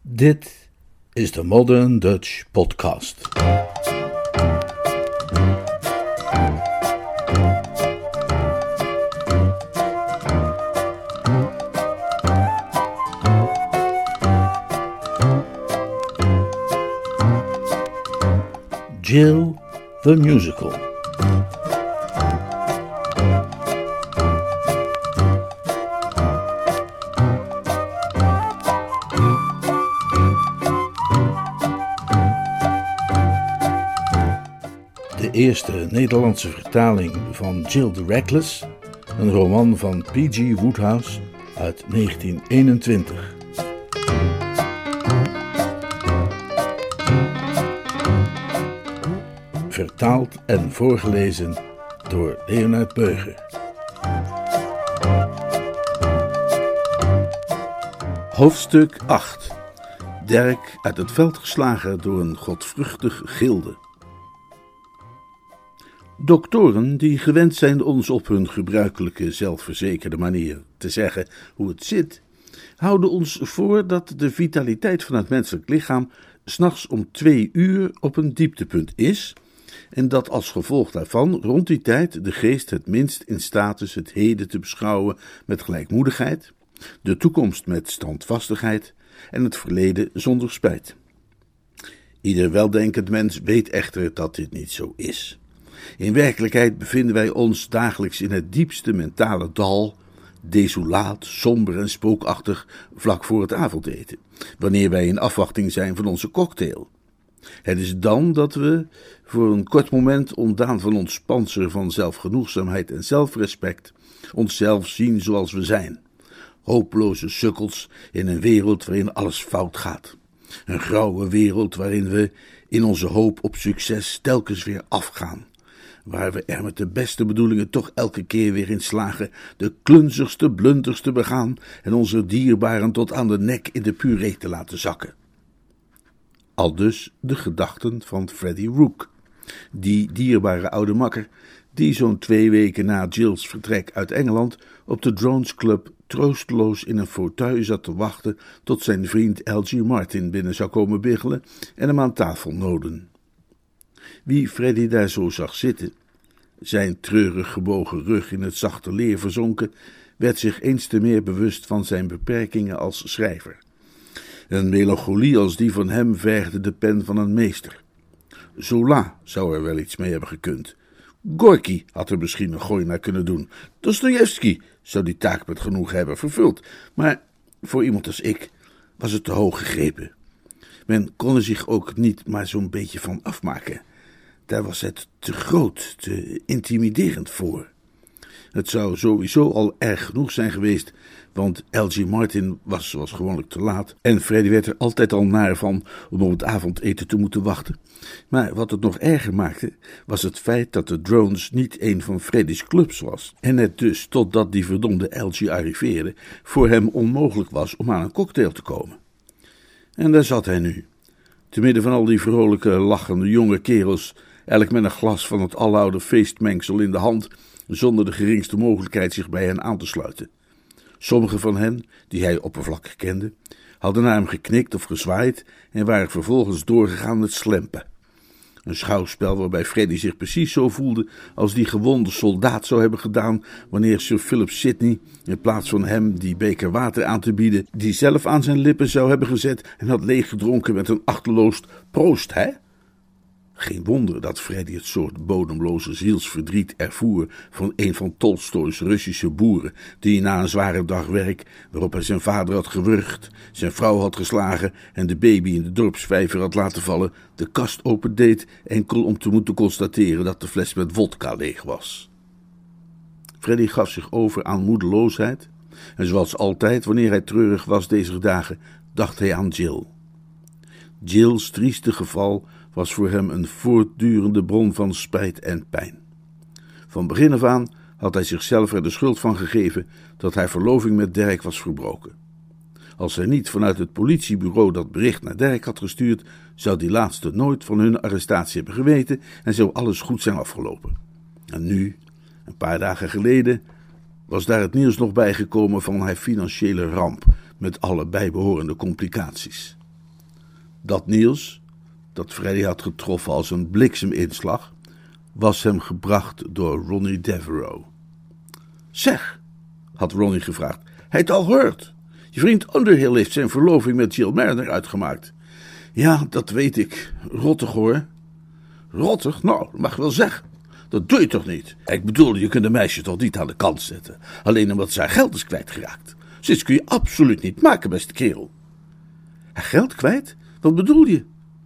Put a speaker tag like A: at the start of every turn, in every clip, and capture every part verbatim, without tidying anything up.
A: Dit is de Modern Dutch Podcast. Jill the Musical. De eerste Nederlandse vertaling van Jill the Reckless, een roman van P G Wodehouse uit negentien eenentwintig. Vertaald en voorgelezen door Leonard Beuger. Hoofdstuk acht. Derk uit het veld geslagen door een godvruchtig gilde. Doktoren die gewend zijn ons op hun gebruikelijke zelfverzekerde manier te zeggen hoe het zit, houden ons voor dat de vitaliteit van het menselijk lichaam 's nachts om twee uur op een dieptepunt is en dat als gevolg daarvan rond die tijd de geest het minst in staat is het heden te beschouwen met gelijkmoedigheid, de toekomst met standvastigheid en het verleden zonder spijt. Ieder weldenkend mens weet echter dat dit niet zo is. In werkelijkheid bevinden wij ons dagelijks in het diepste mentale dal, desolaat, somber en spookachtig vlak voor het avondeten, wanneer wij in afwachting zijn van onze cocktail. Het is dan dat we, voor een kort moment ontdaan van ons pantser van zelfgenoegzaamheid en zelfrespect, onszelf zien zoals we zijn. Hopeloze sukkels in een wereld waarin alles fout gaat. Een grauwe wereld waarin we in onze hoop op succes telkens weer afgaan. Waar we er met de beste bedoelingen toch elke keer weer in slagen de klunzigste blunders te begaan en onze dierbaren tot aan de nek in de puree te laten zakken. Aldus de gedachten van Freddy Rook, die dierbare oude makker, die zo'n twee weken na Jill's vertrek uit Engeland op de Drones Club troosteloos in een fauteuil zat te wachten tot zijn vriend L G Martin binnen zou komen biggelen en hem aan tafel noden. Wie Freddy daar zo zag zitten, zijn treurig gebogen rug in het zachte leer verzonken, werd zich eens te meer bewust van zijn beperkingen als schrijver. Een melancholie als die van hem vergde de pen van een meester. Zola zou er wel iets mee hebben gekund. Gorky had er misschien een gooi naar kunnen doen. Dostojevski zou die taak met genoeg hebben vervuld. Maar voor iemand als ik was het te hoog gegrepen. Men kon er zich ook niet maar zo'n beetje van afmaken. Daar was het te groot, te intimiderend voor. Het zou sowieso al erg genoeg zijn geweest, want L G Martin was zoals gewoonlijk te laat en Freddy werd er altijd al naar van om op het avondeten te moeten wachten. Maar wat het nog erger maakte, was het feit dat de Drones niet een van Freddy's clubs was en het dus, totdat die verdomde L G arriveerde, voor hem onmogelijk was om aan een cocktail te komen. En daar zat hij nu, te midden van al die vrolijke, lachende jonge kerels, elk met een glas van het aloude feestmengsel in de hand, zonder de geringste mogelijkheid zich bij hen aan te sluiten. Sommigen van hen, die hij oppervlakkig kende, hadden naar hem geknikt of gezwaaid en waren vervolgens doorgegaan met slempen. Een schouwspel waarbij Freddy zich precies zo voelde als die gewonde soldaat zou hebben gedaan wanneer Sir Philip Sidney, in plaats van hem die beker water aan te bieden, die zelf aan zijn lippen zou hebben gezet en had leeggedronken met een achterloos proost, hè? Geen wonder dat Freddy het soort bodemloze zielsverdriet ervoer van een van Tolstoys Russische boeren, die na een zware dag werk, waarop hij zijn vader had gewurgd, zijn vrouw had geslagen en de baby in de dorpsvijver had laten vallen, de kast opendeed enkel om te moeten constateren dat de fles met vodka leeg was. Freddy gaf zich over aan moedeloosheid en zoals altijd wanneer hij treurig was deze dagen, dacht hij aan Jill. Jill's trieste geval was voor hem een voortdurende bron van spijt en pijn. Van begin af aan had hij zichzelf er de schuld van gegeven dat haar verloving met Derk was verbroken. Als hij niet vanuit het politiebureau dat bericht naar Derk had gestuurd, zou die laatste nooit van hun arrestatie hebben geweten en zou alles goed zijn afgelopen. En nu, een paar dagen geleden, was daar het nieuws nog bijgekomen van haar financiële ramp met alle bijbehorende complicaties. Dat Niels, dat Freddy had getroffen als een blikseminslag, was hem gebracht door Ronnie Devereaux. Zeg, had Ronnie gevraagd, hij het al gehoord? Je vriend Underhill heeft zijn verloving met Jill Mariner uitgemaakt. Ja, dat weet ik. Rottig hoor. Rottig? Nou, dat mag je wel zeggen. Dat doe je toch niet? Ik bedoel, je kunt een meisje toch niet aan de kant zetten. Alleen omdat ze haar geld is kwijtgeraakt. Zoiets kun je absoluut niet maken, beste kerel. Haar geld kwijt? Wat bedoel je?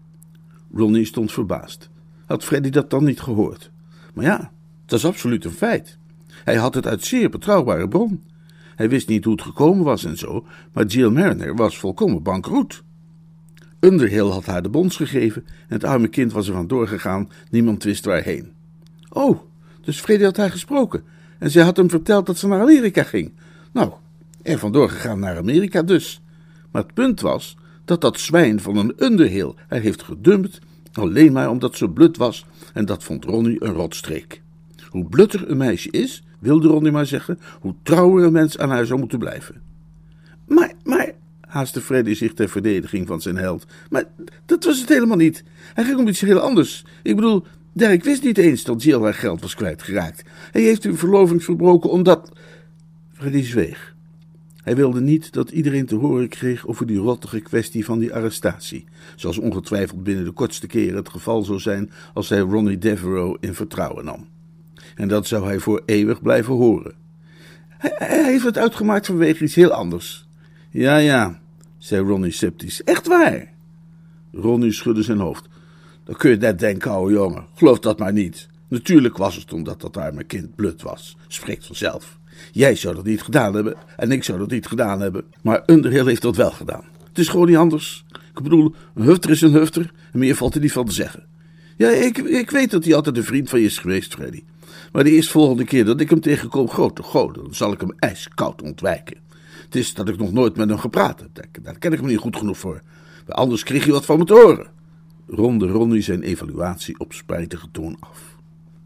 A: Ronnie stond verbaasd. Had Freddy dat dan niet gehoord? Maar ja, dat is absoluut een feit. Hij had het uit zeer betrouwbare bron. Hij wist niet hoe het gekomen was en zo, maar Jill Mariner was volkomen bankroet. Underhill had haar de bons gegeven en het arme kind was er van doorgegaan, niemand wist waarheen. Oh, dus Freddy had haar gesproken en zij had hem verteld dat ze naar Amerika ging. Nou, er vandoor gegaan naar Amerika dus. Maar het punt was dat dat zwijn van een Underhill haar heeft gedumpt, alleen maar omdat ze blut was en dat vond Ronnie een rotstreek. Hoe blutter een meisje is, wilde Ronnie maar zeggen, hoe trouwer een mens aan haar zou moeten blijven. Maar, maar, haastte Freddy zich ter verdediging van zijn held, maar dat was het helemaal niet. Hij ging om iets heel anders. Ik bedoel, Derek wist niet eens dat Jill haar geld was kwijtgeraakt. Hij heeft hun verloving verbroken omdat... Freddy zweeg. Hij wilde niet dat iedereen te horen kreeg over die rottige kwestie van die arrestatie, zoals ongetwijfeld binnen de kortste keren het geval zou zijn als hij Ronnie Devereaux in vertrouwen nam. En dat zou hij voor eeuwig blijven horen. Hij, hij heeft het uitgemaakt vanwege iets heel anders. Ja, ja, zei Ronnie sceptisch. Echt waar? Ronnie schudde zijn hoofd. Dan kun je net denken, ouwe jongen. Geloof dat maar niet. Natuurlijk was het omdat dat arme kind blut was. Spreekt vanzelf. Jij zou dat niet gedaan hebben en ik zou dat niet gedaan hebben. Maar Underhill heeft dat wel gedaan. Het is gewoon niet anders. Ik bedoel, een hufter is een hufter en meer valt er niet van te zeggen. Ja, ik, ik weet dat hij altijd een vriend van je is geweest, Freddy. Maar de eerstvolgende keer dat ik hem tegenkom, grote goden, dan zal ik hem ijskoud ontwijken. Het is dat ik nog nooit met hem gepraat heb. Daar ken ik me niet goed genoeg voor. Maar anders kreeg je wat van me te horen. Ronde Ronnie zijn evaluatie op spijtige toon af.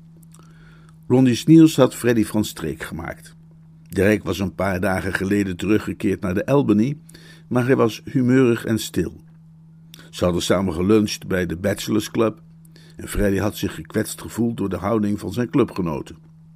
A: Ronnie Niels had Freddy van streek gemaakt. Derek was een paar dagen geleden teruggekeerd naar de Albany, maar hij was humeurig en stil. Ze hadden samen geluncht bij de Bachelors Club en Freddy had zich gekwetst gevoeld door de houding van zijn clubgenoten.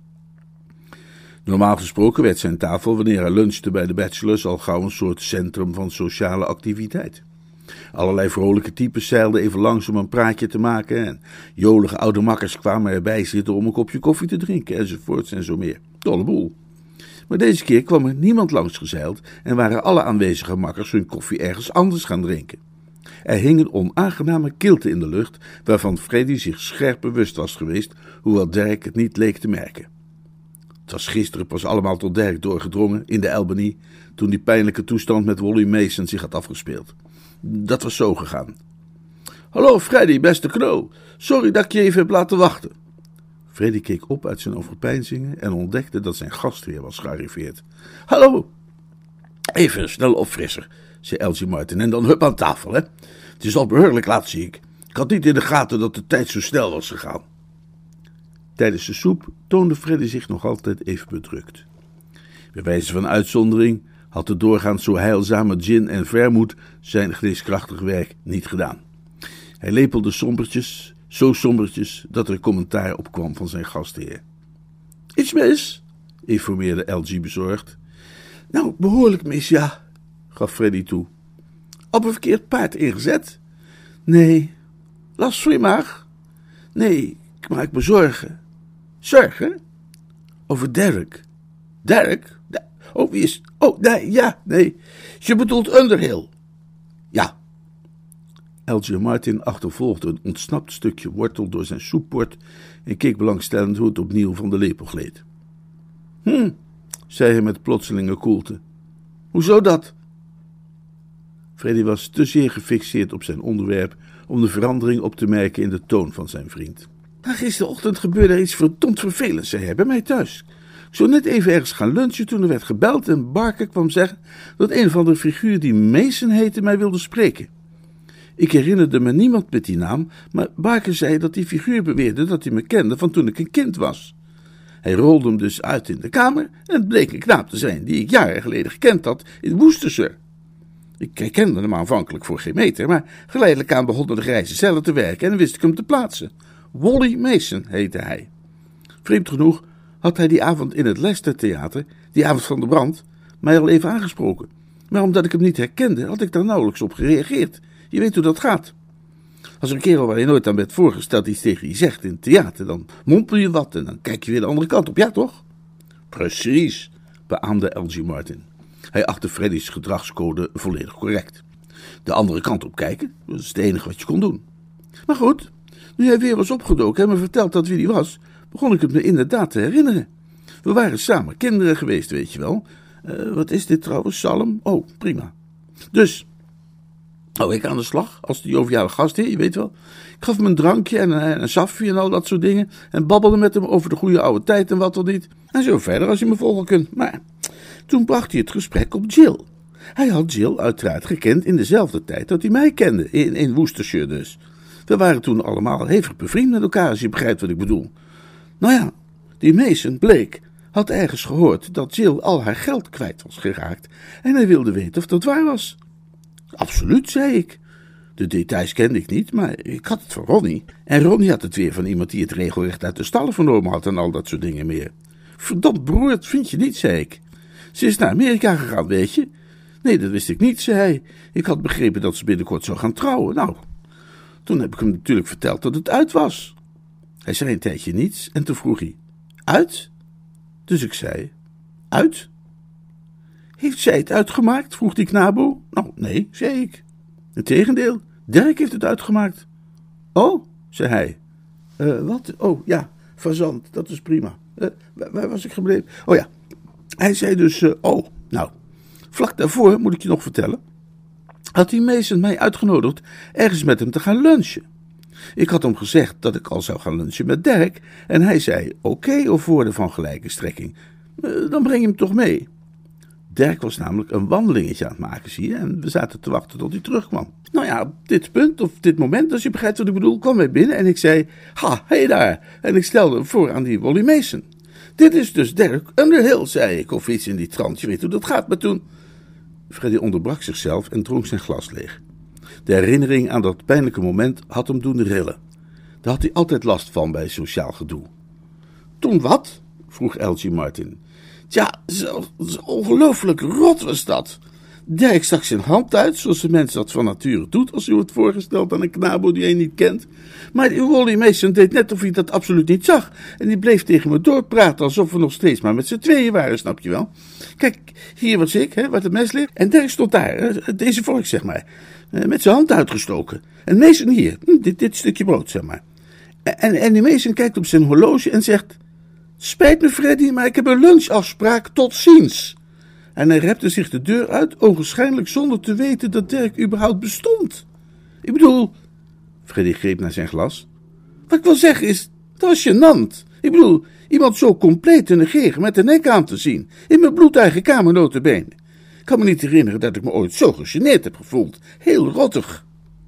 A: Normaal gesproken werd zijn tafel, wanneer hij lunchte bij de Bachelors, al gauw een soort centrum van sociale activiteit. Allerlei vrolijke types zeilden even langs om een praatje te maken en jolige oude makkers kwamen erbij zitten om een kopje koffie te drinken enzovoorts en zo meer. Dolle boel. Maar deze keer kwam er niemand langs gezeild en waren alle aanwezige makkers hun koffie ergens anders gaan drinken. Er hing een onaangename kilte in de lucht, waarvan Freddy zich scherp bewust was geweest, hoewel Derek het niet leek te merken. Het was gisteren pas allemaal tot Derek doorgedrongen, in de Albany, toen die pijnlijke toestand met Wally Mason zich had afgespeeld. Dat was zo gegaan. Hallo Freddy, beste knul, sorry dat ik je even heb laten wachten. Freddy keek op uit zijn overpeinzingen en ontdekte dat zijn gastheer was gearriveerd. Hallo! Even een snelle opfrisser, zei L G Martin, en dan hup aan tafel, hè. Het is al behoorlijk laat, zie ik. Ik had niet in de gaten dat de tijd zo snel was gegaan. Tijdens de soep toonde Freddy zich nog altijd even bedrukt. Bij wijze van uitzondering had de doorgaans zo heilzame gin en vermoed zijn geneeskrachtig werk niet gedaan. Hij lepelde sombertjes, zo sombertjes dat er commentaar op kwam van zijn gastheer. Iets mis? Informeerde L G bezorgd. Nou, behoorlijk mis, ja, gaf Freddy toe. Op een verkeerd paard ingezet? Nee. Last van je maag? Nee, ik maak me zorgen. Zorgen? Over Derek. Derek? Oh, wie is... Oh, nee, ja, nee. Je bedoelt Underhill. Ja. L G Martin achtervolgde een ontsnapt stukje wortel door zijn soepbord en keek belangstellend hoe het opnieuw van de lepel gleed. Hm, zei hij met plotselinge koelte. Hoezo dat? Freddy was te zeer gefixeerd op zijn onderwerp om de verandering op te merken in de toon van zijn vriend. Maar gisterochtend gebeurde er iets verdomd vervelends, zei hij, bij mij thuis. Ik zou net even ergens gaan lunchen toen er werd gebeld en Barker kwam zeggen dat een van de figuren die Mason heette mij wilde spreken. Ik herinnerde me niemand met die naam, maar Barker zei dat die figuur beweerde dat hij me kende van toen ik een kind was. Hij rolde hem dus uit in de kamer en het bleek een knaap te zijn die ik jaren geleden gekend had in Worcestershire. Ik herkende hem aanvankelijk voor geen meter, maar geleidelijk aan begonnen de grijze cellen te werken en dan wist ik hem te plaatsen. Wally Mason heette hij. Vreemd genoeg had hij die avond in het Leicester Theater, die avond van de brand, mij al even aangesproken. Maar omdat ik hem niet herkende, had ik daar nauwelijks op gereageerd. Je weet hoe dat gaat. Als er een kerel waar je nooit aan bent voorgesteld iets tegen je zegt in het theater, dan mompel je wat en dan kijk je weer de andere kant op, ja toch? Precies, beaamde L G Martin. Hij achtte Freddy's gedragscode volledig correct. De andere kant op kijken, dat is het enige wat je kon doen. Maar goed, nu hij weer was opgedoken en me verteld dat wie die was, begon ik het me inderdaad te herinneren. We waren samen kinderen geweest, weet je wel. Uh, wat is dit trouwens, Salem? Oh, prima. Dus, oh, ik aan de slag, als die joviale gastheer, je weet wel. Ik gaf hem een drankje en een, een saffie en al dat soort dingen en babbelde met hem over de goede oude tijd en wat dan niet. En zo verder als je me volgen kunt. Maar toen bracht hij het gesprek op Jill. Hij had Jill uiteraard gekend in dezelfde tijd dat hij mij kende, in, in Worcestershire dus. We waren toen allemaal hevig bevriend met elkaar, als je begrijpt wat ik bedoel. Nou ja, die Mason, Blake, had ergens gehoord dat Jill al haar geld kwijt was geraakt en hij wilde weten of dat waar was. Absoluut, zei ik. De details kende ik niet, maar ik had het van Ronnie. En Ronnie had het weer van iemand die het regelrecht uit de stallen vernomen had en al dat soort dingen meer. Verdomd beroerd, vind je niet, zei ik. Ze is naar Amerika gegaan, weet je. Nee, dat wist ik niet, zei hij. Ik had begrepen dat ze binnenkort zou gaan trouwen. Nou, toen heb ik hem natuurlijk verteld dat het uit was. Hij zei een tijdje niets en toen vroeg hij, uit? Dus ik zei, uit? Heeft zij het uitgemaakt? Vroeg die knabo. Nou, nee, zei ik. Integendeel, Dirk heeft het uitgemaakt. Oh, zei hij. Uh, wat? Oh, ja, fazant, dat is prima. Uh, waar, waar was ik gebleven? Oh ja, hij zei dus, uh, oh, nou, vlak daarvoor, moet ik je nog vertellen, had die Mason mij uitgenodigd ergens met hem te gaan lunchen. Ik had hem gezegd dat ik al zou gaan lunchen met Dirk en hij zei, oké, okay, of woorden van gelijke strekking. Uh, dan breng je hem toch mee. Dirk was namelijk een wandelingetje aan het maken, zie je, en we zaten te wachten tot hij terugkwam. Nou ja, op dit punt, of dit moment, als je begrijpt wat ik bedoel, kwam hij binnen en ik zei, ha, hé daar, en ik stelde hem voor aan die Wally Mason. Dit is dus Dirk Underhill, zei ik, of iets in die trant, je weet hoe dat gaat, maar toen... Freddy onderbrak zichzelf en dronk zijn glas leeg. De herinnering aan dat pijnlijke moment had hem doen rillen. Daar had hij altijd last van bij sociaal gedoe. Toen wat? Vroeg L G Martin. Tja, zo, zo ongelooflijk rot was dat. Dirk stak zijn hand uit, zoals de mens dat van nature doet, als u wordt voorgesteld aan een knabo die hij niet kent. Maar die Wally Mason deed net of hij dat absoluut niet zag. En die bleef tegen me doorpraten, alsof we nog steeds maar met z'n tweeën waren, snap je wel. Kijk, hier was ik, hè, waar het mes ligt. En Dirk stond daar, hè, deze vork, zeg maar, met zijn hand uitgestoken. En Mason hier, dit, dit stukje brood, zeg maar. En, en die Mason kijkt op zijn horloge en zegt... Spijt me, Freddy, maar ik heb een lunchafspraak, tot ziens. En hij repte zich de deur uit, ogenschijnlijk zonder te weten dat Dirk überhaupt bestond. Ik bedoel... Freddy greep naar zijn glas. Wat ik wil zeggen is, dat is gênant. Ik bedoel, iemand zo compleet te negeren met de nek aan te zien. In mijn bloedeigen kamer nota bene. Ik kan me niet herinneren dat ik me ooit zo gegeneerd heb gevoeld. Heel rottig.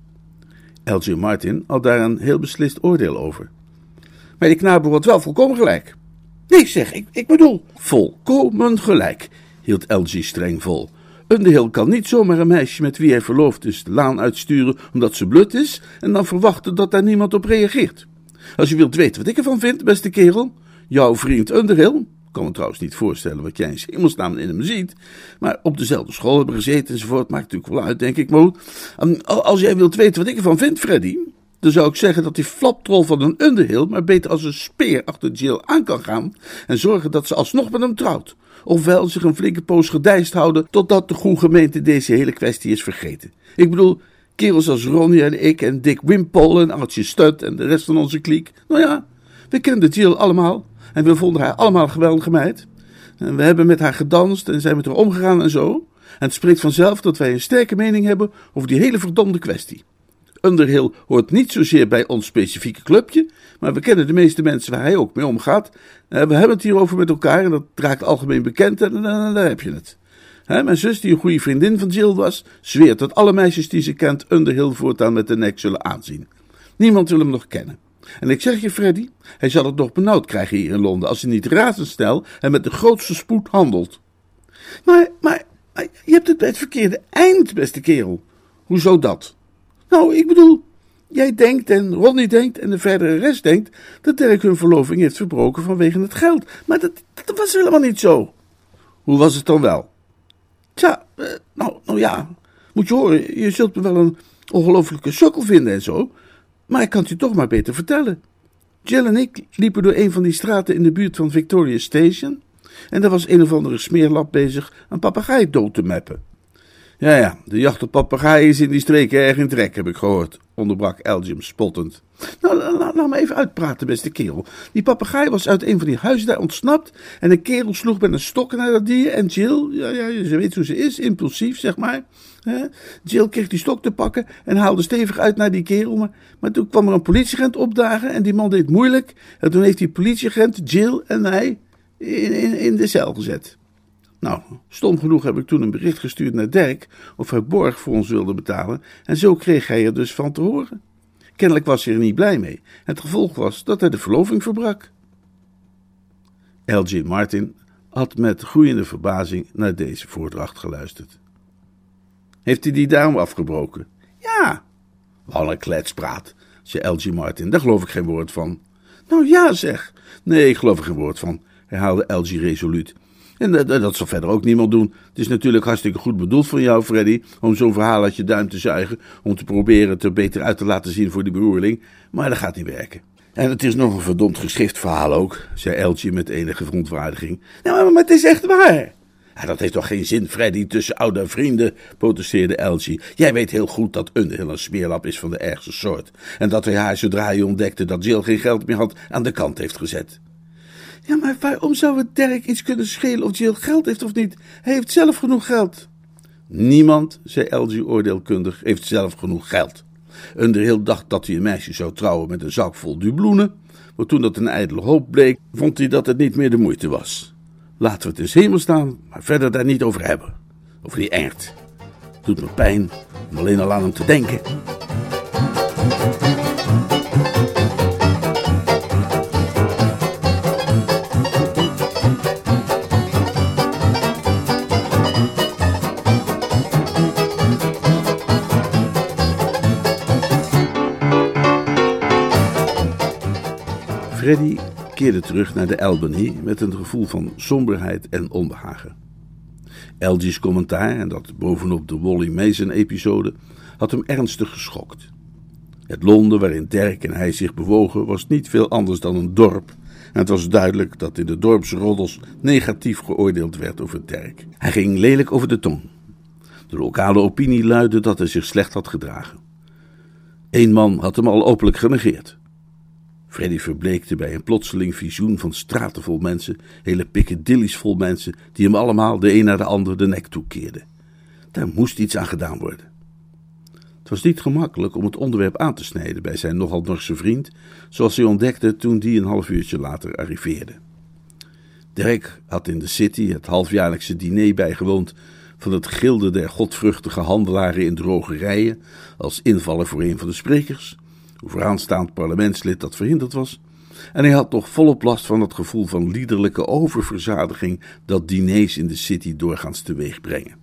A: L G Martin had daar een heel beslist oordeel over. Maar die knabo had wel volkomen gelijk. Nee, zeg, ik, ik bedoel, volkomen gelijk, hield L G streng vol. Underhill kan niet zomaar een meisje met wie hij verloofd is de laan uitsturen omdat ze blut is en dan verwachten dat daar niemand op reageert. Als je wilt weten wat ik ervan vind, beste kerel, jouw vriend Underhill, ik kan me trouwens niet voorstellen wat jij in hemelsnaam in hem ziet, maar op dezelfde school hebben gezeten enzovoort, maakt natuurlijk wel uit, denk ik, maar als jij wilt weten wat ik ervan vind, Freddy, dan zou ik zeggen dat die flaptrol van een Underhill maar beter als een speer achter Jill aan kan gaan en zorgen dat ze alsnog met hem trouwt. Ofwel zich een flinke poos gedijst houden totdat de goede gemeente deze hele kwestie is vergeten. Ik bedoel, kerels als Ronnie en ik en Dick Wimpole en Archie Studd en de rest van onze kliek. Nou ja, we kenden Jill allemaal en we vonden haar allemaal een geweldige meid. En we hebben met haar gedanst en zijn met haar omgegaan en zo. En het spreekt vanzelf dat wij een sterke mening hebben over die hele verdomde kwestie. Underhill hoort niet zozeer bij ons specifieke clubje, maar we kennen de meeste mensen waar hij ook mee omgaat. We hebben het hierover met elkaar en dat raakt algemeen bekend en daar heb je het. He, mijn zus, die een goede vriendin van Jill was, zweert dat alle meisjes die ze kent Underhill voortaan met de nek zullen aanzien. Niemand wil hem nog kennen. En ik zeg je, Freddy, hij zal het nog benauwd krijgen hier in Londen als hij niet razendsnel en met de grootste spoed handelt. Maar, maar, Je hebt het bij het verkeerde eind, beste kerel. Hoezo dat? Nou, ik bedoel, jij denkt en Ronnie denkt en de verdere rest denkt dat Derek hun verloving heeft verbroken vanwege het geld. Maar dat, dat was helemaal niet zo. Hoe was het dan wel? Tja, uh, nou, nou ja, moet je horen, je zult me wel een ongelofelijke sukkel vinden en zo, maar ik kan het je toch maar beter vertellen. Jill en ik liepen door een van die straten in de buurt van Victoria Station en daar was een of andere smeerlap bezig een papegaai dood te meppen. Ja, ja, de jacht op papegaaien is in die streken erg in trek, heb ik gehoord, onderbrak Elgin spottend. Nou, laat, laat me even uitpraten, beste kerel. Die papegaai was uit een van die huizen daar ontsnapt en een kerel sloeg met een stok naar dat dier en Jill, ja, ja, ze weet hoe ze is, impulsief, zeg maar. Hè? Jill kreeg die stok te pakken en haalde stevig uit naar die kerel, maar, maar toen kwam er een politieagent opdagen en die man deed moeilijk en toen heeft die politieagent Jill en hij in, in, in de cel gezet. Nou, stom genoeg heb ik toen een bericht gestuurd naar Dirk of hij borg voor ons wilde betalen en zo kreeg hij er dus van te horen. Kennelijk was hij er niet blij mee. Het gevolg was dat hij de verloving verbrak. L J Martin had met groeiende verbazing naar deze voordracht geluisterd. Heeft hij die daarom afgebroken? Ja. Wat een kletspraat, zei L J Martin. Daar geloof ik geen woord van. Nou ja, zeg. Nee, ik geloof er geen woord van, herhaalde L J resoluut. En dat, dat zal verder ook niemand doen. Het is natuurlijk hartstikke goed bedoeld van jou, Freddy, om zo'n verhaal uit je duim te zuigen, om te proberen het er beter uit te laten zien voor die beroerling, maar dat gaat niet werken. En het is nog een verdomd geschikt verhaal ook, zei L J met enige verontwaardiging. Nou, maar, maar het is echt waar. Ja, dat heeft toch geen zin, Freddy, tussen oude vrienden, protesteerde L J. Jij weet heel goed dat Underhill een smeerlap is van de ergste soort. En dat hij haar, zodra hij ontdekte dat Jill geen geld meer had, aan de kant heeft gezet. Ja, maar waarom zou het Derek iets kunnen schelen of Jill geld heeft of niet? Hij heeft zelf genoeg geld. Niemand, zei L J oordeelkundig, heeft zelf genoeg geld. Underhill dacht dat hij een meisje zou trouwen met een zak vol dubloenen, maar toen dat een ijdele hoop bleek, vond hij dat het niet meer de moeite was. Laten we het in 's hemel staan, maar verder daar niet over hebben. Over die Engert. Het doet me pijn om alleen al aan hem te denken. Freddy keerde terug naar de Albany met een gevoel van somberheid en onbehagen. L J's commentaar, en dat bovenop de Wally Mason-episode, had hem ernstig geschokt. Het Londen waarin Dirk en hij zich bewogen was niet veel anders dan een dorp, en het was duidelijk dat in de dorpsroddels negatief geoordeeld werd over Dirk. Hij ging lelijk over de tong. De lokale opinie luidde dat hij zich slecht had gedragen. Eén man had hem al openlijk genegeerd. Freddy verbleekte bij een plotseling visioen van straten vol mensen, hele piccadillies vol mensen, die hem allemaal de een naar de ander de nek toekeerden. Daar moest iets aan gedaan worden. Het was niet gemakkelijk om het onderwerp aan te snijden bij zijn nogal Norse vriend, zoals hij ontdekte toen die een half uurtje later arriveerde. Dirk had in de City het halfjaarlijkse diner bijgewoond van het gilde der godvruchtige handelaren in drogerijen, als invaller voor een van de sprekers, een vooraanstaand parlementslid dat verhinderd was, en hij had nog volop last van het gevoel van liederlijke oververzadiging dat diners in de City doorgaans teweeg brengen.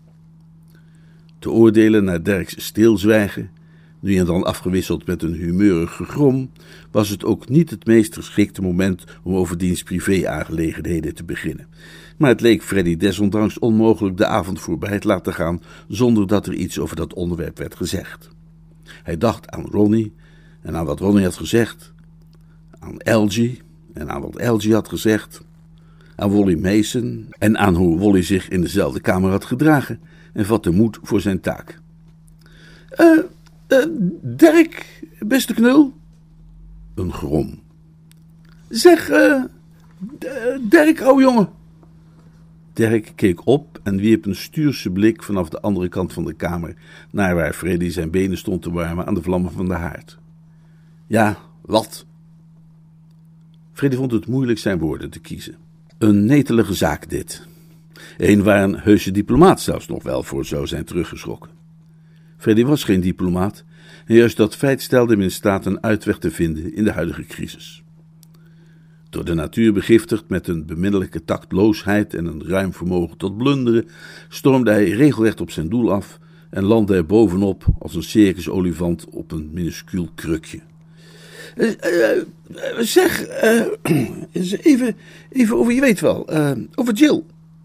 A: Te oordelen naar Dirks stilzwijgen, nu en dan afgewisseld met een humeurig gegrom, was het ook niet het meest geschikte moment om over diens privé-aangelegenheden te beginnen. Maar het leek Freddy desondanks onmogelijk de avond voorbij te laten gaan zonder dat er iets over dat onderwerp werd gezegd. Hij dacht aan Ronnie en aan wat Ronnie had gezegd, aan L J en aan wat L J had gezegd, aan Wally Mason en aan hoe Wally zich in dezelfde kamer had gedragen en vatte moed voor zijn taak. Eh, uh, uh, Dirk, beste knul. Een grom. Zeg, uh, Dirk, ouwe jongen. Dirk keek op en wierp een stuurse blik vanaf de andere kant van de kamer naar waar Freddy zijn benen stond te warmen aan de vlammen van de haard. Ja, wat? Freddy vond het moeilijk zijn woorden te kiezen. Een netelige zaak dit. Een waar een heuse diplomaat zelfs nog wel voor zou zijn teruggeschrokken. Freddy was geen diplomaat en juist dat feit stelde hem in staat een uitweg te vinden in de huidige crisis. Door de natuur begiftigd met een beminnelijke tactloosheid en een ruim vermogen tot blunderen, stormde hij regelrecht op zijn doel af en landde er bovenop als een circusolifant op een minuscuul krukje. Uh, uh, zeg, uh, even, even over, je weet wel, uh, over Jill.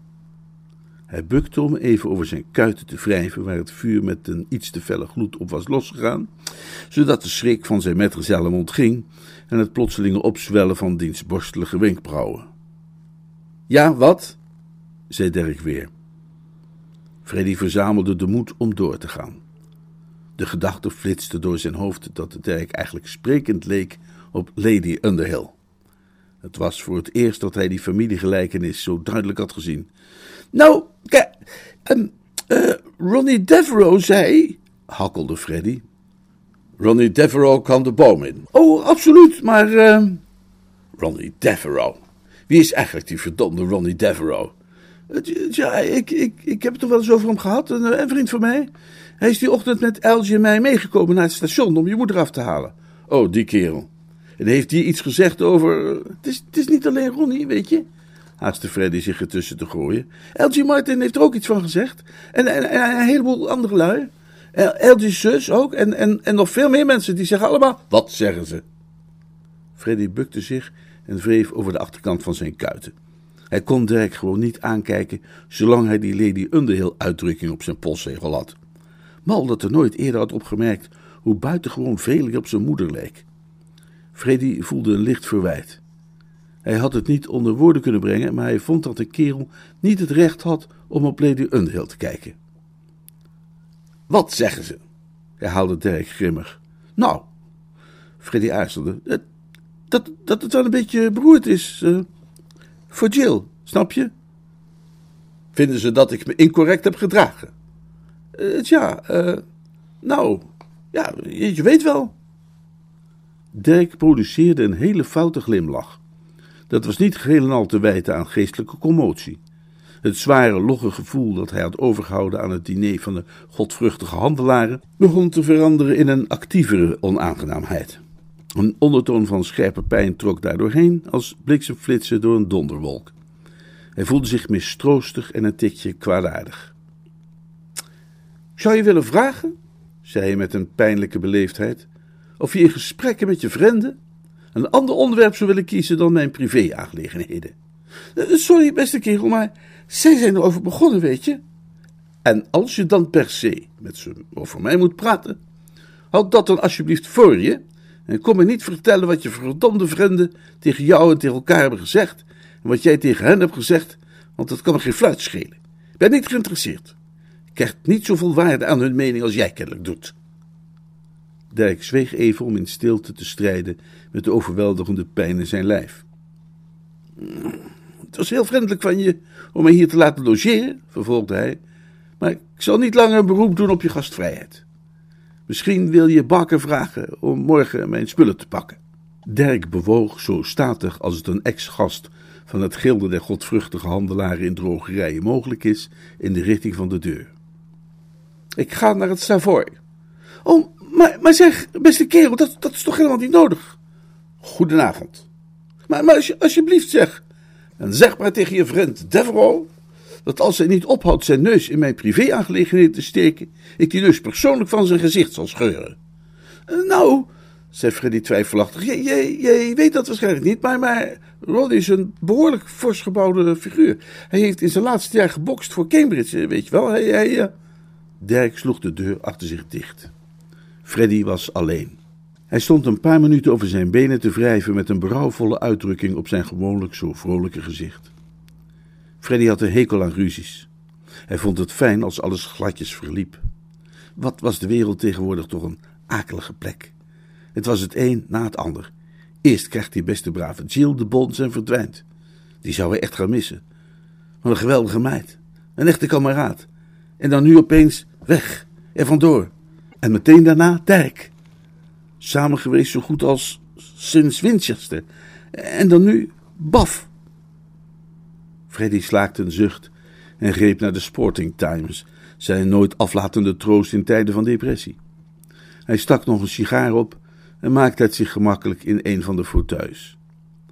A: Hij bukte om even over zijn kuiten te wrijven, waar het vuur met een iets te felle gloed op was losgegaan, zodat de schrik van zijn metgezel hem ontging en het plotselinge opzwellen van diens borstelige wenkbrauwen. Ja, wat? Zei Derek weer. Freddy verzamelde de moed om door te gaan. De gedachte flitste door zijn hoofd dat Derek eigenlijk sprekend leek op Lady Underhill. Het was voor het eerst dat hij die familiegelijkenis zo duidelijk had gezien. Nou, kijk, um, uh, Ronnie Devereaux zei, hakkelde Freddy. Ronnie Devereaux kan de boom in. Oh, absoluut, maar... Uh... Ronnie Devereaux. Wie is eigenlijk die verdomde Ronnie Devereaux? Ja, ik, ik, ik heb het er wel eens over hem gehad, een, een vriend van mij. Hij is die ochtend met Elsie en mij meegekomen naar het station om je moeder af te halen. Oh, die kerel. En heeft die iets gezegd over... Het is, het is niet alleen Ronnie, weet je... haastte Freddy zich ertussen te gooien. L G Martin heeft er ook iets van gezegd. En, en, en een heleboel andere lui. L G's zus ook. En, en, en nog veel meer mensen die zeggen allemaal... Wat zeggen ze? Freddy bukte zich en wreef over de achterkant van zijn kuiten. Hij kon Derek gewoon niet aankijken zolang hij die Lady Underhill uitdrukking op zijn postzegel had. Mal dat er nooit eerder had opgemerkt hoe buitengewoon veel hij op zijn moeder leek. Freddy voelde een licht verwijt. Hij had het niet onder woorden kunnen brengen, maar hij vond dat de kerel niet het recht had om op Lady Underhill te kijken. Wat zeggen ze? Herhaalde Derek grimmig. Nou, Freddy aarzelde, dat, dat, dat het wel een beetje beroerd is. Uh, voor Jill, snap je? Vinden ze dat ik me incorrect heb gedragen? Uh, tja, uh, nou, ja, je, je weet wel. Derek produceerde een hele foute glimlach. Dat was niet geheel en al te wijten aan geestelijke commotie. Het zware, logge gevoel dat hij had overgehouden aan het diner van de godvruchtige handelaren begon te veranderen in een actievere onaangenaamheid. Een ondertoon van scherpe pijn trok daardoorheen als bliksemflitsen door een donderwolk. Hij voelde zich mistroostig en een tikje kwaadaardig. Ik zou je willen vragen, zei hij met een pijnlijke beleefdheid, of je in gesprekken met je vrienden een ander onderwerp zou willen kiezen dan mijn privé-aangelegenheden. Sorry, beste kerel, maar zij zijn erover begonnen, weet je. En als je dan per se met ze over mij moet praten, houd dat dan alsjeblieft voor je en kom me niet vertellen wat je verdomde vrienden tegen jou en tegen elkaar hebben gezegd en wat jij tegen hen hebt gezegd, want dat kan me geen fluit schelen. Ik ben niet geïnteresseerd. Ik krijg niet zoveel waarde aan hun mening als jij kennelijk doet. Derek zweeg even om in stilte te strijden met de overweldigende pijn in zijn lijf. Het was heel vriendelijk van je om mij hier te laten logeren, vervolgde hij, maar ik zal niet langer een beroep doen op je gastvrijheid. Misschien wil je Barker vragen om morgen mijn spullen te pakken. Derek bewoog zo statig als het een ex-gast van het gilde der godvruchtige handelaren in drogerijen mogelijk is, in de richting van de deur. Ik ga naar het Savoy. Oh, maar, maar zeg, beste kerel, dat, dat is toch helemaal niet nodig? Goedenavond. Maar, maar als je, alsjeblieft zeg, en zeg maar tegen je vriend Devereaux, dat als hij niet ophoudt zijn neus in mijn privé-aangelegenheden te steken, ik die neus persoonlijk van zijn gezicht zal scheuren. Uh, nou, zei Freddy twijfelachtig, jij, jij, jij weet dat waarschijnlijk niet, maar, maar Ronnie is een behoorlijk fors gebouwde figuur. Hij heeft in zijn laatste jaar gebokst voor Cambridge, weet je wel. Hij, hij, uh... Derek sloeg de deur achter zich dicht. Freddy was alleen. Hij stond een paar minuten over zijn benen te wrijven met een berouwvolle uitdrukking op zijn gewoonlijk zo vrolijke gezicht. Freddy had een hekel aan ruzies. Hij vond het fijn als alles gladjes verliep. Wat was de wereld tegenwoordig toch een akelige plek. Het was het een na het ander. Eerst krijgt die beste brave Jill de bons en verdwijnt. Die zou hij echt gaan missen. Wat een geweldige meid. Een echte kameraad. En dan nu opeens weg. Er vandoor. En meteen daarna Derek. Samen geweest zo goed als sinds Winchester. En dan nu baf. Freddy slaakte een zucht en greep naar de Sporting Times, zijn nooit aflatende troost in tijden van depressie. Hij stak nog een sigaar op en maakte het zich gemakkelijk in een van de fauteuils.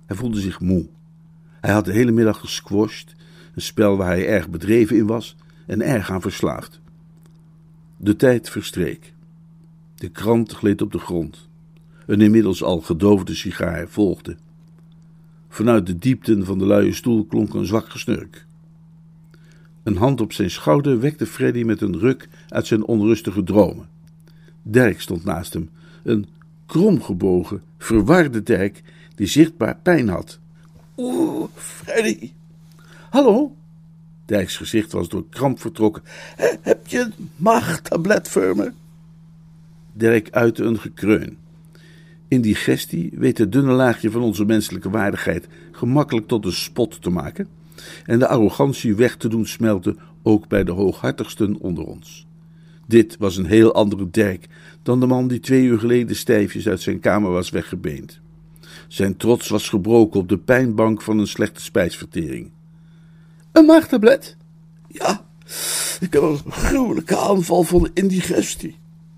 A: Hij voelde zich moe. Hij had de hele middag gesquashed, een spel waar hij erg bedreven in was en erg aan verslaafd. De tijd verstreek. De krant gleed op de grond. Een inmiddels al gedoofde sigaar volgde. Vanuit de diepten van de luie stoel klonk een zwak gesnurk. Een hand op zijn schouder wekte Freddy met een ruk uit zijn onrustige dromen. Dirk stond naast hem, een kromgebogen, verwarde Dirk die zichtbaar pijn had. Oeh, Freddy. Hallo? Dirks gezicht was door kramp vertrokken. He, heb je een maagtablet voor me? Dirk uitte een gekreun. Indigestie weet het dunne laagje van onze menselijke waardigheid gemakkelijk tot een spot te maken en de arrogantie weg te doen smelten, ook bij de hooghartigsten onder ons. Dit was een heel andere Dirk dan de man die twee uur geleden stijfjes uit zijn kamer was weggebeend. Zijn trots was gebroken op de pijnbank van een slechte spijsvertering. Een maagtablet? Ja, ik heb een gruwelijke aanval van indigestie.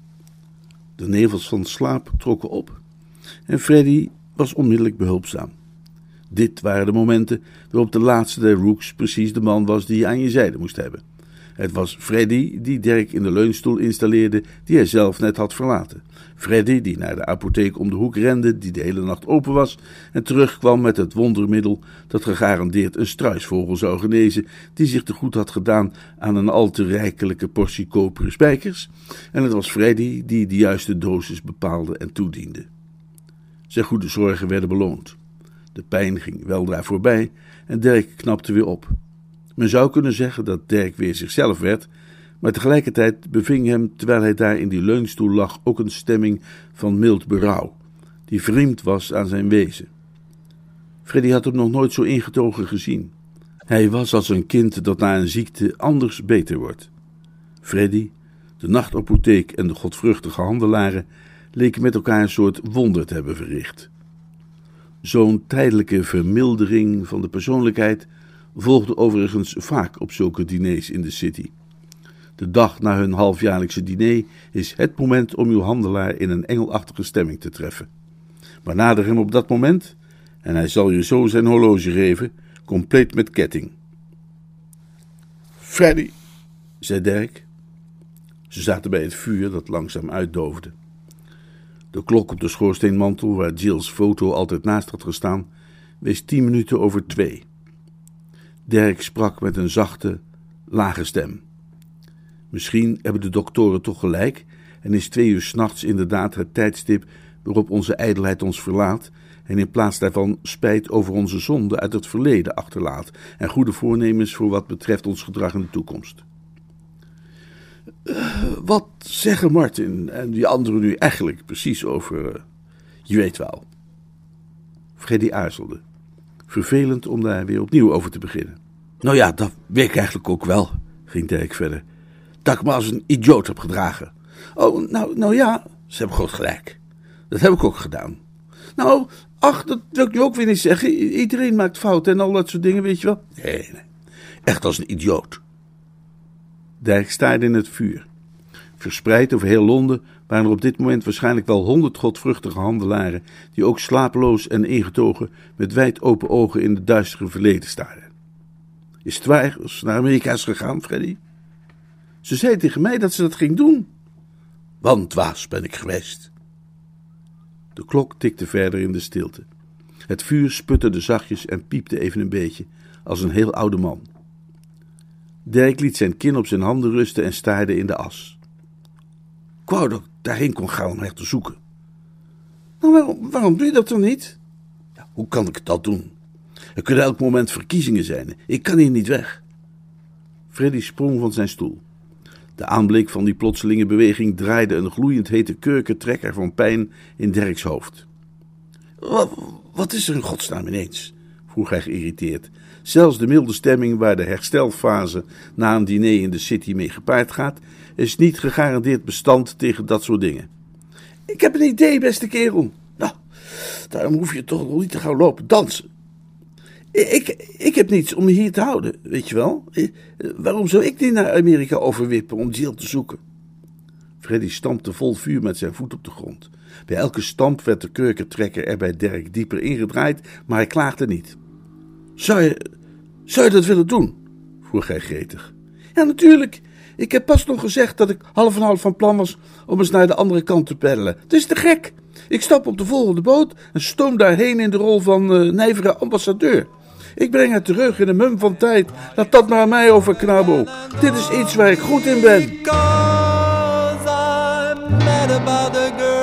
A: De nevels van slaap trokken op en Freddy was onmiddellijk behulpzaam. Dit waren de momenten waarop de laatste der Rooks precies de man was die je aan je zijde moest hebben. Het was Freddy die Dirk in de leunstoel installeerde die hij zelf net had verlaten. Freddy die naar de apotheek om de hoek rende die de hele nacht open was en terugkwam met het wondermiddel dat gegarandeerd een struisvogel zou genezen die zich te goed had gedaan aan een al te rijkelijke portie koperen spijkers. En het was Freddy die de juiste dosis bepaalde en toediende. Zijn goede zorgen werden beloond. De pijn ging weldra voorbij en Dirk knapte weer op. Men zou kunnen zeggen dat Dirk weer zichzelf werd, maar tegelijkertijd beving hem, terwijl hij daar in die leunstoel lag, ook een stemming van mild berouw, die vreemd was aan zijn wezen. Freddy had hem nog nooit zo ingetogen gezien. Hij was als een kind dat na een ziekte anders beter wordt. Freddy, de nachtapotheek en de godvruchtige handelaren leken met elkaar een soort wonder te hebben verricht. Zo'n tijdelijke vermildering van de persoonlijkheid volgde overigens vaak op zulke diners in de city. De dag na hun halfjaarlijkse diner is het moment om uw handelaar in een engelachtige stemming te treffen. Maar nader hem op dat moment, en hij zal je zo zijn horloge geven, compleet met ketting. Freddy, zei Dirk. Ze zaten bij het vuur dat langzaam uitdoofde. De klok op de schoorsteenmantel, waar Jill's foto altijd naast had gestaan, wees tien minuten over twee. Dirk sprak met een zachte, lage stem. Misschien hebben de doktoren toch gelijk en is twee uur 's nachts inderdaad het tijdstip waarop onze ijdelheid ons verlaat en in plaats daarvan spijt over onze zonde uit het verleden achterlaat en goede voornemens voor wat betreft ons gedrag in de toekomst. Uh, wat zeggen Martin en die anderen nu eigenlijk precies over, uh, je weet wel. Freddy aarzelde. Vervelend om daar weer opnieuw over te beginnen. Nou ja, dat weet ik eigenlijk ook wel, ging Dirk verder. Dat ik me als een idioot heb gedragen. Oh, nou, nou ja, ze hebben groot gelijk. Dat heb ik ook gedaan. Nou, ach, dat wil ik nu ook weer niet zeggen. I- iedereen maakt fouten en al dat soort dingen, weet je wel. Nee, nee, echt als een idioot. Dirk staarde in het vuur. Verspreid over heel Londen waren er op dit moment waarschijnlijk wel honderd godvruchtige handelaren die ook slapeloos en ingetogen met wijd open ogen in de duistere verleden staarden. Is het waar als ze naar Amerika is gegaan, Freddy? Ze zei tegen mij dat ze dat ging doen. Want dwaas ben ik geweest. De klok tikte verder in de stilte. Het vuur sputterde zachtjes en piepte even een beetje, als een heel oude man. Dirk liet zijn kin op zijn handen rusten en staarde in de as. Ik wou dat ik daarheen kon gaan om haar te zoeken. Nou, waarom, waarom doe je dat dan niet? Ja, hoe kan ik dat doen? Er kunnen elk moment verkiezingen zijn. Ik kan hier niet weg. Freddy sprong van zijn stoel. De aanblik van die plotselinge beweging draaide een gloeiend hete kurkentrekker van pijn in Dirks hoofd. Wat, wat is er in godsnaam ineens? Vroeg hij geïrriteerd. Zelfs de milde stemming waar de herstelfase na een diner in de city mee gepaard gaat, is niet gegarandeerd bestand tegen dat soort dingen. Ik heb een idee, beste kerel. Nou, daarom hoef je toch nog niet te gaan lopen dansen. Ik, ik heb niets om me hier te houden, weet je wel. Waarom zou ik niet naar Amerika overwippen om Jill te zoeken? Freddy stampte vol vuur met zijn voet op de grond. Bij elke stamp werd de kurkentrekker er bij Dirk dieper ingedraaid, maar hij klaagde niet. Zou je, zou je dat willen doen? Vroeg hij gretig. Ja, natuurlijk. Ik heb pas nog gezegd dat ik half en half van plan was om eens naar de andere kant te peddelen. Het is te gek. Ik stap op de volgende boot en stoom daarheen in de rol van uh, nijvere ambassadeur. Ik breng het terug in een mum van tijd. Laat dat maar aan mij over, Knabo. Dit is iets waar ik goed in ben.